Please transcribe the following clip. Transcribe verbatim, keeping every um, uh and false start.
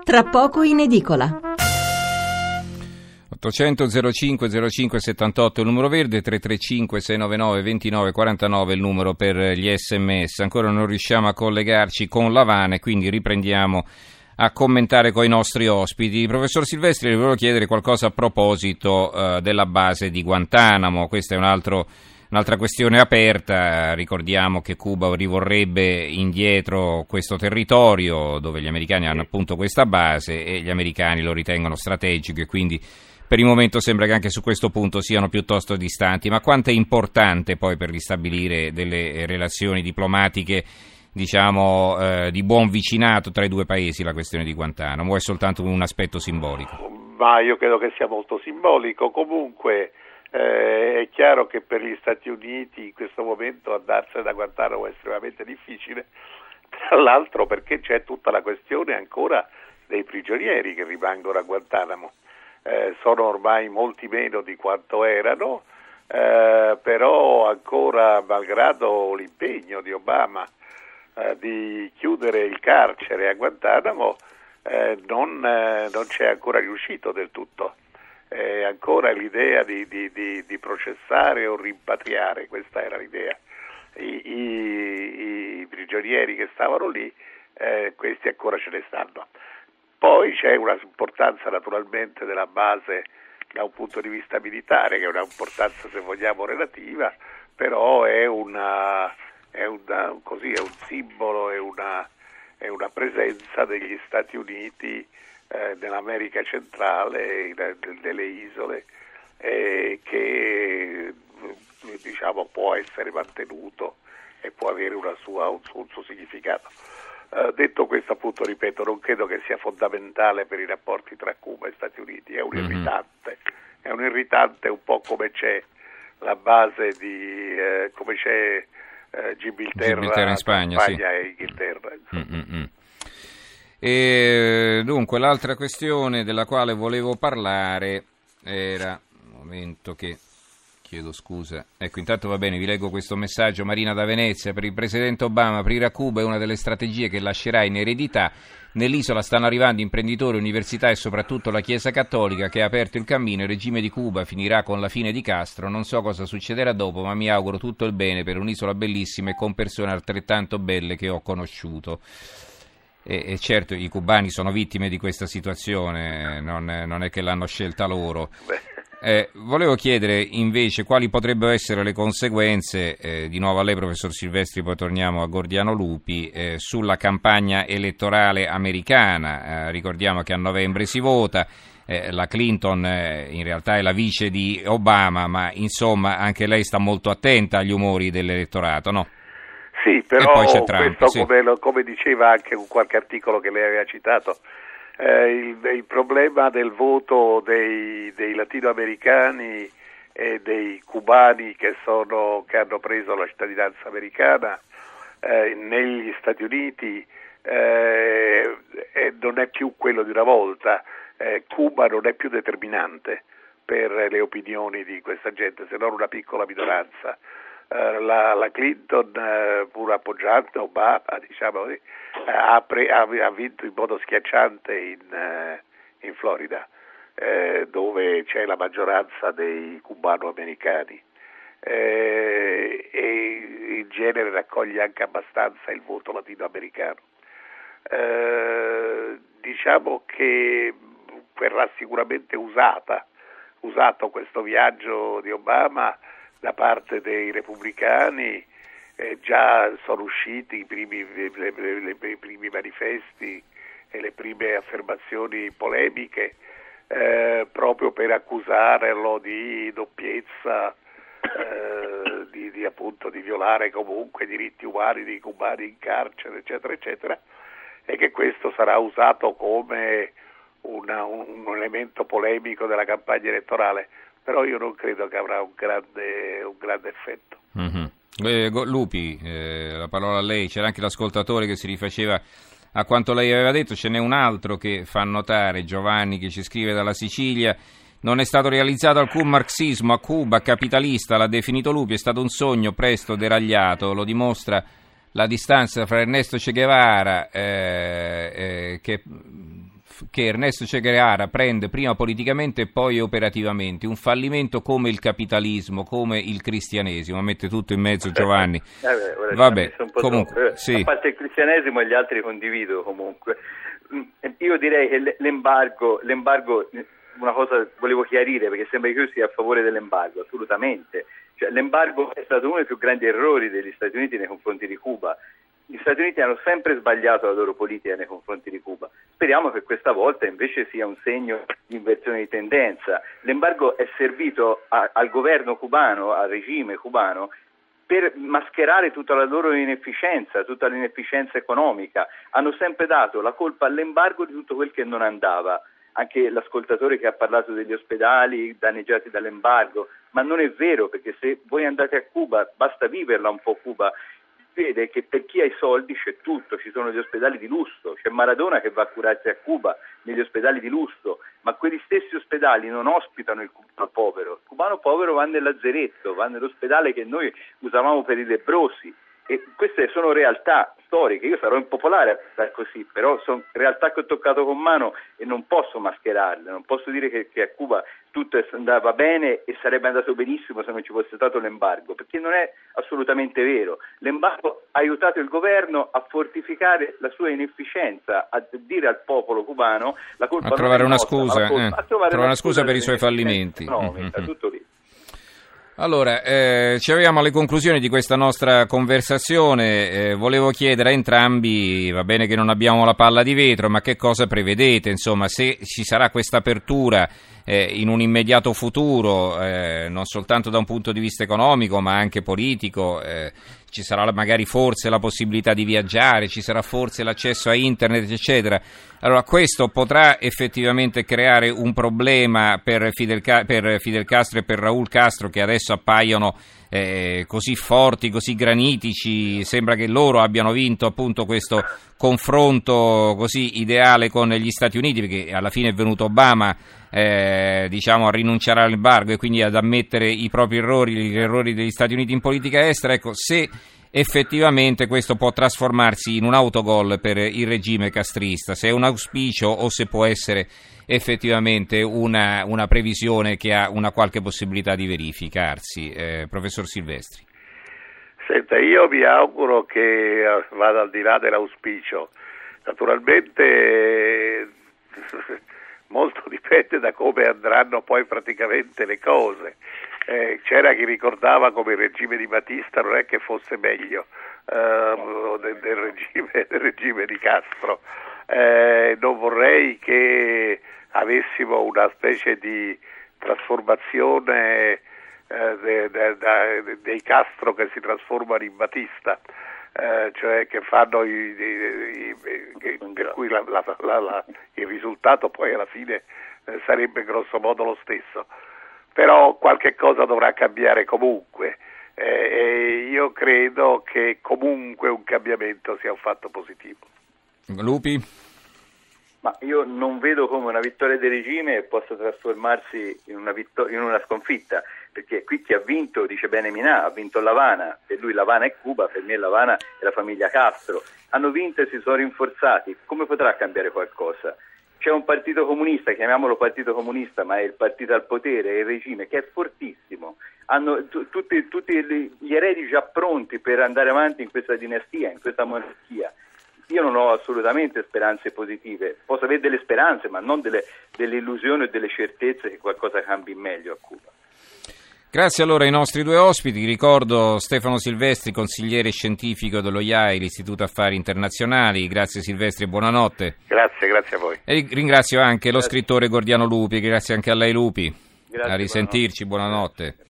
tra poco in edicola. ottocento zero cinque zero cinque settantotto il numero verde, tre tre cinque sei nove nove due nove quattro nove il numero per gli sms. Ancora non riusciamo a collegarci con Lavana e quindi riprendiamo a commentare con i nostri ospiti. Professor Silvestri, le volevo chiedere qualcosa a proposito uh, della base di Guantanamo. Questa è un altro, un'altra questione aperta. Ricordiamo che Cuba rivorrebbe indietro questo territorio dove gli americani hanno appunto questa base e gli americani lo ritengono strategico e quindi per il momento sembra che anche su questo punto siano piuttosto distanti. Ma quanto è importante poi per ristabilire delle relazioni diplomatiche, diciamo, eh, di buon vicinato tra i due paesi la questione di Guantanamo, o è soltanto un aspetto simbolico? Ma io credo che sia molto simbolico. Comunque eh, è chiaro che per gli Stati Uniti in questo momento andarsene da Guantanamo è estremamente difficile, tra l'altro perché c'è tutta la questione ancora dei prigionieri che rimangono a Guantanamo. Eh, sono ormai molti meno di quanto erano, eh, però ancora, malgrado l'impegno di Obama eh, di chiudere il carcere a Guantanamo, eh, non, eh, non c'è ancora riuscito del tutto. Eh, ancora l'idea di, di, di, di processare o rimpatriare, questa era l'idea. I, i, i prigionieri che stavano lì, eh, questi ancora ce ne stanno. Poi c'è una importanza naturalmente della base da un punto di vista militare, che è una importanza, se vogliamo, relativa, però è una, è una così, è un simbolo, è una, è una presenza degli Stati Uniti eh, nell'America centrale, in, nelle isole, eh, che diciamo può essere mantenuto e può avere una sua, un, suo, un suo significato. Uh, detto questo, appunto, ripeto, non credo che sia fondamentale per i rapporti tra Cuba e Stati Uniti, è un mm-hmm. irritante, è un irritante un po' come c'è la base di, eh, come c'è eh, Gibilterra, Gibilterra in Spagna, Spagna sì. e Inghilterra. Mm-hmm. E dunque l'altra questione della quale volevo parlare era, un momento che... Chiedo scusa. Ecco, intanto va bene, vi leggo questo messaggio. Marina da Venezia: per il presidente Obama aprire a Cuba è una delle strategie che lascerà in eredità. Nell'isola stanno arrivando imprenditori, università e soprattutto la Chiesa Cattolica che ha aperto il cammino. Il regime di Cuba finirà con la fine di Castro. Non so cosa succederà dopo, ma mi auguro tutto il bene per un'isola bellissima e con persone altrettanto belle che ho conosciuto. E, e certo, i cubani sono vittime di questa situazione, non, non è che l'hanno scelta loro. Eh, volevo chiedere invece quali potrebbero essere le conseguenze, eh, di nuovo a lei professor Silvestri, poi torniamo a Gordiano Lupi, eh, sulla campagna elettorale americana. Eh, ricordiamo che a novembre si vota, eh, la Clinton eh, in realtà è la vice di Obama, ma insomma anche lei sta molto attenta agli umori dell'elettorato, no? Sì, però poi c'è Trump, questo, sì. come, lo, come diceva anche un qualche articolo che lei aveva citato, Eh, il, il problema del voto dei, dei latinoamericani e dei cubani che, sono, che hanno preso la cittadinanza americana eh, negli Stati Uniti eh, eh, non è più quello di una volta. Eh, Cuba non è più determinante per le opinioni di questa gente, se non una piccola minoranza. Uh, la, la Clinton, uh, pur appoggiante Obama, diciamo così, uh, ha, pre, ha, ha vinto in modo schiacciante in, uh, in Florida, uh, dove c'è la maggioranza dei cubano-americani, uh, e in genere raccoglie anche abbastanza il voto latinoamericano. Uh, diciamo che verrà sicuramente usata, usato questo viaggio di Obama da parte dei repubblicani. Eh, già sono usciti i primi, le, le, le, i primi manifesti e le prime affermazioni polemiche eh, proprio per accusarlo di doppiezza, eh, di, di appunto di violare comunque i diritti umani dei cubani in carcere, eccetera, eccetera, e che questo sarà usato come una, un, un elemento polemico della campagna elettorale. Però io non credo che avrà un grande, un grande effetto. Mm-hmm. Eh, Lupi, eh, la parola a lei. C'era anche l'ascoltatore che si rifaceva a quanto lei aveva detto. Ce n'è un altro che fa notare, Giovanni, che ci scrive dalla Sicilia: non è stato realizzato alcun marxismo a Cuba capitalista, l'ha definito Lupi, è stato un sogno presto deragliato. Lo dimostra la distanza fra Ernesto Che Guevara, eh, eh, che che Ernesto Che Guevara prende prima politicamente e poi operativamente, un fallimento come il capitalismo, come il cristianesimo, mette tutto in mezzo Giovanni. Eh beh, Vabbè, comunque, eh, sì. A parte il cristianesimo e gli altri condivido comunque. Io direi che l'embargo, l'embargo, una cosa volevo chiarire perché sembra che io sia a favore dell'embargo, assolutamente. Cioè, l'embargo è stato uno dei più grandi errori degli Stati Uniti nei confronti di Cuba. Gli Stati Uniti hanno sempre sbagliato la loro politica nei confronti di Cuba. Speriamo che questa volta invece sia un segno di inversione di tendenza. L'embargo è servito a, al governo cubano, al regime cubano, per mascherare tutta la loro inefficienza, tutta l'inefficienza economica. Hanno sempre dato la colpa all'embargo di tutto quel che non andava. Anche l'ascoltatore che ha parlato degli ospedali danneggiati dall'embargo, ma non è vero, perché se voi andate a Cuba, basta viverla un po' Cuba, vede che per chi ha i soldi c'è tutto, ci sono gli ospedali di lusso, c'è Maradona che va a curarsi a Cuba negli ospedali di lusso, ma quegli stessi ospedali non ospitano il cubano povero. Il cubano povero va nel lazzeretto, va nell'ospedale che noi usavamo per i lebbrosi. E queste sono realtà storiche. Io sarò impopolare a pensare così, però sono realtà che ho toccato con mano e non posso mascherarle, non posso dire che, che a Cuba tutto andava bene e sarebbe andato benissimo se non ci fosse stato l'embargo, perché non è assolutamente vero. L'embargo ha aiutato il governo a fortificare la sua inefficienza, a dire al popolo cubano la colpa a trovare non è una nostra, scusa, colpa, eh. a trovare una, una scusa per i suoi fallimenti. Economica, mm-hmm. tutto lì. Allora, eh, ci avviamo alle conclusioni di questa nostra conversazione. Eh, volevo chiedere a entrambi, va bene che non abbiamo la palla di vetro, ma che cosa prevedete? Insomma, se ci sarà questa apertura eh, in un immediato futuro, eh, non soltanto da un punto di vista economico, ma anche politico, eh, ci sarà magari forse la possibilità di viaggiare, ci sarà forse l'accesso a internet, eccetera. Allora, questo potrà effettivamente creare un problema per Fidel, per Fidel Castro e per Raúl Castro, che adesso appaiono eh, così forti, così granitici. Sembra che loro abbiano vinto appunto questo confronto così ideale con gli Stati Uniti, perché alla fine è venuto Obama eh, diciamo a rinunciare all'embargo e quindi ad ammettere i propri errori, gli errori degli Stati Uniti in politica estera. Ecco, se effettivamente questo può trasformarsi in un autogol per il regime castrista, se è un auspicio o se può essere effettivamente una, una previsione che ha una qualche possibilità di verificarsi. Eh, professor Silvestri. Senta, io mi auguro che vada al di là dell'auspicio. Naturalmente molto dipende da come andranno poi praticamente le cose. Eh, c'era chi ricordava come il regime di Batista non è che fosse meglio eh, del, del, regime, del regime di Castro. Eh, non vorrei che avessimo una specie di trasformazione eh, de, de, de, dei Castro che si trasformano in Batista, eh, cioè che fanno i, i, i, che, per cui la, la, la, la, il risultato poi alla fine eh, sarebbe grosso modo lo stesso. Però qualche cosa dovrà cambiare comunque eh, e io credo che comunque un cambiamento sia un fatto positivo. Lupi? Ma io non vedo come una vittoria del regime possa trasformarsi in una, vittor- in una sconfitta, perché qui chi ha vinto, dice bene Minà, ha vinto l'Havana, per lui l'Havana è Cuba, per me l'Havana è la famiglia Castro, hanno vinto e si sono rinforzati, come potrà cambiare qualcosa? C'è un partito comunista, chiamiamolo partito comunista, ma è il partito al potere, è il regime, che è fortissimo. Hanno t- tutti, tutti gli eredi già pronti per andare avanti in questa dinastia, in questa monarchia. Io non ho assolutamente speranze positive. Posso avere delle speranze, ma non delle, delle illusioni o delle certezze che qualcosa cambi in meglio a Cuba. Grazie allora ai nostri due ospiti. Ricordo Stefano Silvestri, consigliere scientifico dello I A I, l'Istituto Affari Internazionali. Grazie Silvestri e buonanotte. Grazie, grazie a voi. E ringrazio anche grazie. Lo scrittore Gordiano Lupi, grazie anche a lei Lupi. Grazie, a risentirci, buonanotte. buonanotte.